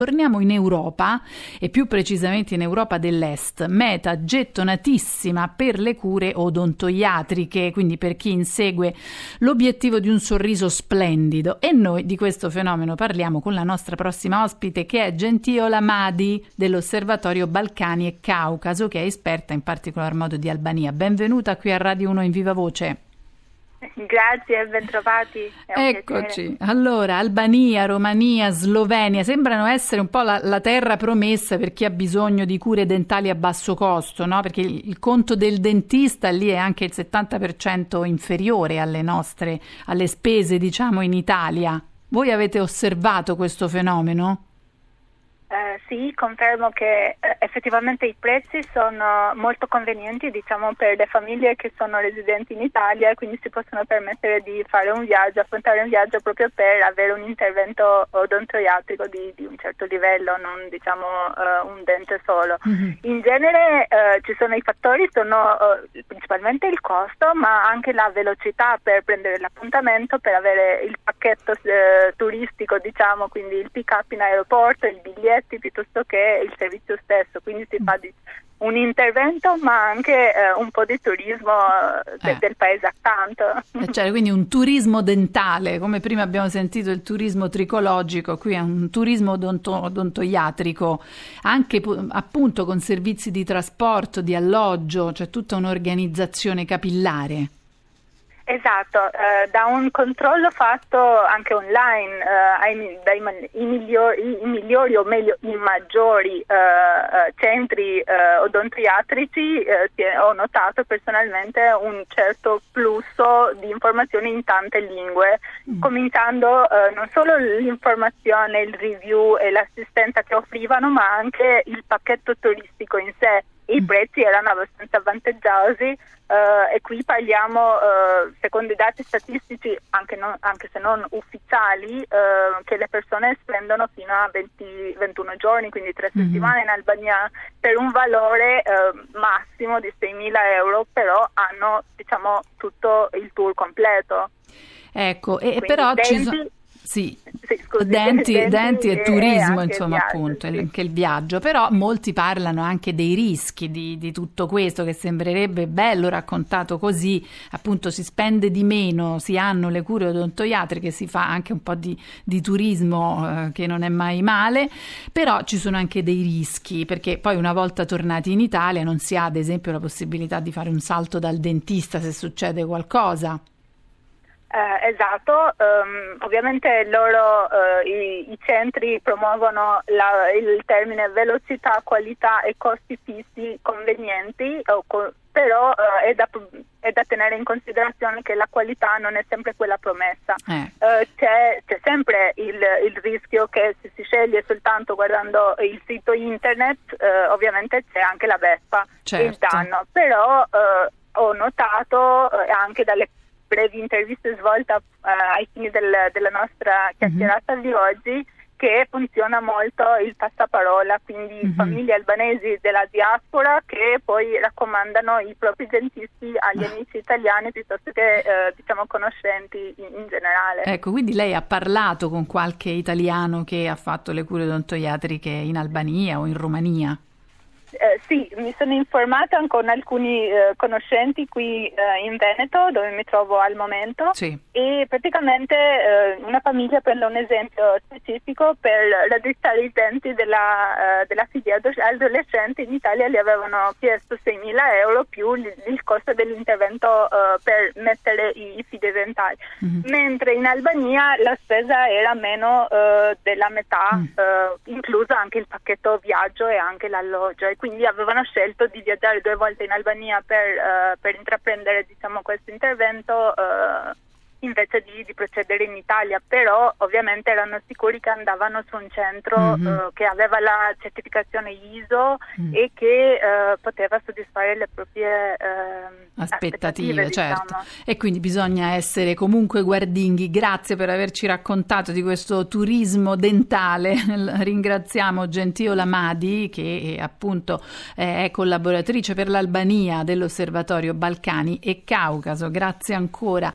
Torniamo in Europa e più precisamente in Europa dell'Est, meta gettonatissima per le cure odontoiatriche, quindi per chi insegue l'obiettivo di un sorriso splendido. E noi di questo fenomeno parliamo con la nostra prossima ospite, che è Gentiola Madi dell'Osservatorio Balcani e Caucaso, che è esperta in particolar modo di Albania. Benvenuta qui a Radio 1 in Viva Voce. Grazie, bentrovati. Eccoci. Allora, Albania, Romania, Slovenia sembrano essere un po' la terra promessa per chi ha bisogno di cure dentali a basso costo, no? Perché il conto del dentista lì è anche il 70% inferiore alle spese, diciamo, in Italia. Voi avete osservato questo fenomeno? Sì, confermo che effettivamente i prezzi sono molto convenienti, diciamo, per le famiglie che sono residenti in Italia e quindi si possono permettere di fare un viaggio, affrontare un viaggio proprio per avere un intervento odontoiatrico di un certo livello, non diciamo un dente solo. Mm-hmm. In genere ci sono i fattori, sono principalmente il costo, ma anche la velocità per prendere l'appuntamento, per avere il pacchetto turistico, diciamo, quindi il pick-up in aeroporto, i biglietti, piuttosto che il servizio stesso, quindi si fa un intervento ma anche un po' di turismo del paese accanto. Cioè, quindi un turismo dentale, come prima abbiamo sentito il turismo tricologico, qui è un turismo odontoiatrico, anche appunto con servizi di trasporto, di alloggio, cioè tutta un'organizzazione capillare. Esatto, da un controllo fatto anche online i migliori o meglio i maggiori centri odontoiatrici, ho notato personalmente un certo flusso di informazioni in tante lingue, cominciando non solo l'informazione, il review e l'assistenza che offrivano, ma anche il pacchetto turistico in sé. I prezzi erano abbastanza vantaggiosi e qui parliamo, secondo i dati statistici, anche se non ufficiali, che le persone spendono fino a 21 giorni, quindi 3 settimane in Albania, per un valore massimo di 6.000 euro, però hanno, diciamo, tutto il tour completo. Ecco, e però ci sono... Sì, scusi, denti e turismo, insomma, viaggio, appunto, sì. Anche il viaggio. Però molti parlano anche dei rischi di tutto questo, che sembrerebbe bello raccontato così, appunto si spende di meno, si hanno le cure odontoiatriche, si fa anche un po' di turismo che non è mai male, però ci sono anche dei rischi, perché poi una volta tornati in Italia non si ha, ad esempio, la possibilità di fare un salto dal dentista se succede qualcosa. Esatto, ovviamente loro i centri promuovono il termine velocità, qualità e costi fissi convenienti, però è da tenere in considerazione che la qualità non è sempre quella promessa. C'è sempre il rischio che se si sceglie soltanto guardando il sito internet, ovviamente c'è anche la beffa, certo. Il danno, però ho notato anche dalle brevi interviste svolte ai fini della nostra chiacchierata di oggi, che funziona molto il passaparola, quindi famiglie albanesi della diaspora che poi raccomandano i propri dentisti agli amici italiani piuttosto che diciamo conoscenti in generale. Ecco, quindi lei ha parlato con qualche italiano che ha fatto le cure odontoiatriche in Albania o in Romania? Sì, mi sono informata con alcuni conoscenti qui in Veneto, dove mi trovo al momento, sì. E praticamente una famiglia, prendo un esempio specifico, per raddrizzare i denti della figlia adolescente in Italia gli avevano chiesto 6.000 euro più il costo dell'intervento per mettere i fili dentali, mentre in Albania la spesa era meno della metà, incluso anche il pacchetto viaggio e anche l'alloggio. Quindi avevano scelto di viaggiare 2 volte in Albania per intraprendere, diciamo, questo intervento invece di procedere in Italia, però ovviamente erano sicuri che andavano su un centro che aveva la certificazione ISO e che poteva soddisfare le proprie aspettative, certo. Diciamo. E quindi bisogna essere comunque guardinghi. Grazie per averci raccontato di questo turismo dentale. Ringraziamo Gentiola Madi, che appunto è collaboratrice per l'Albania dell'Osservatorio Balcani e Caucaso. Grazie ancora.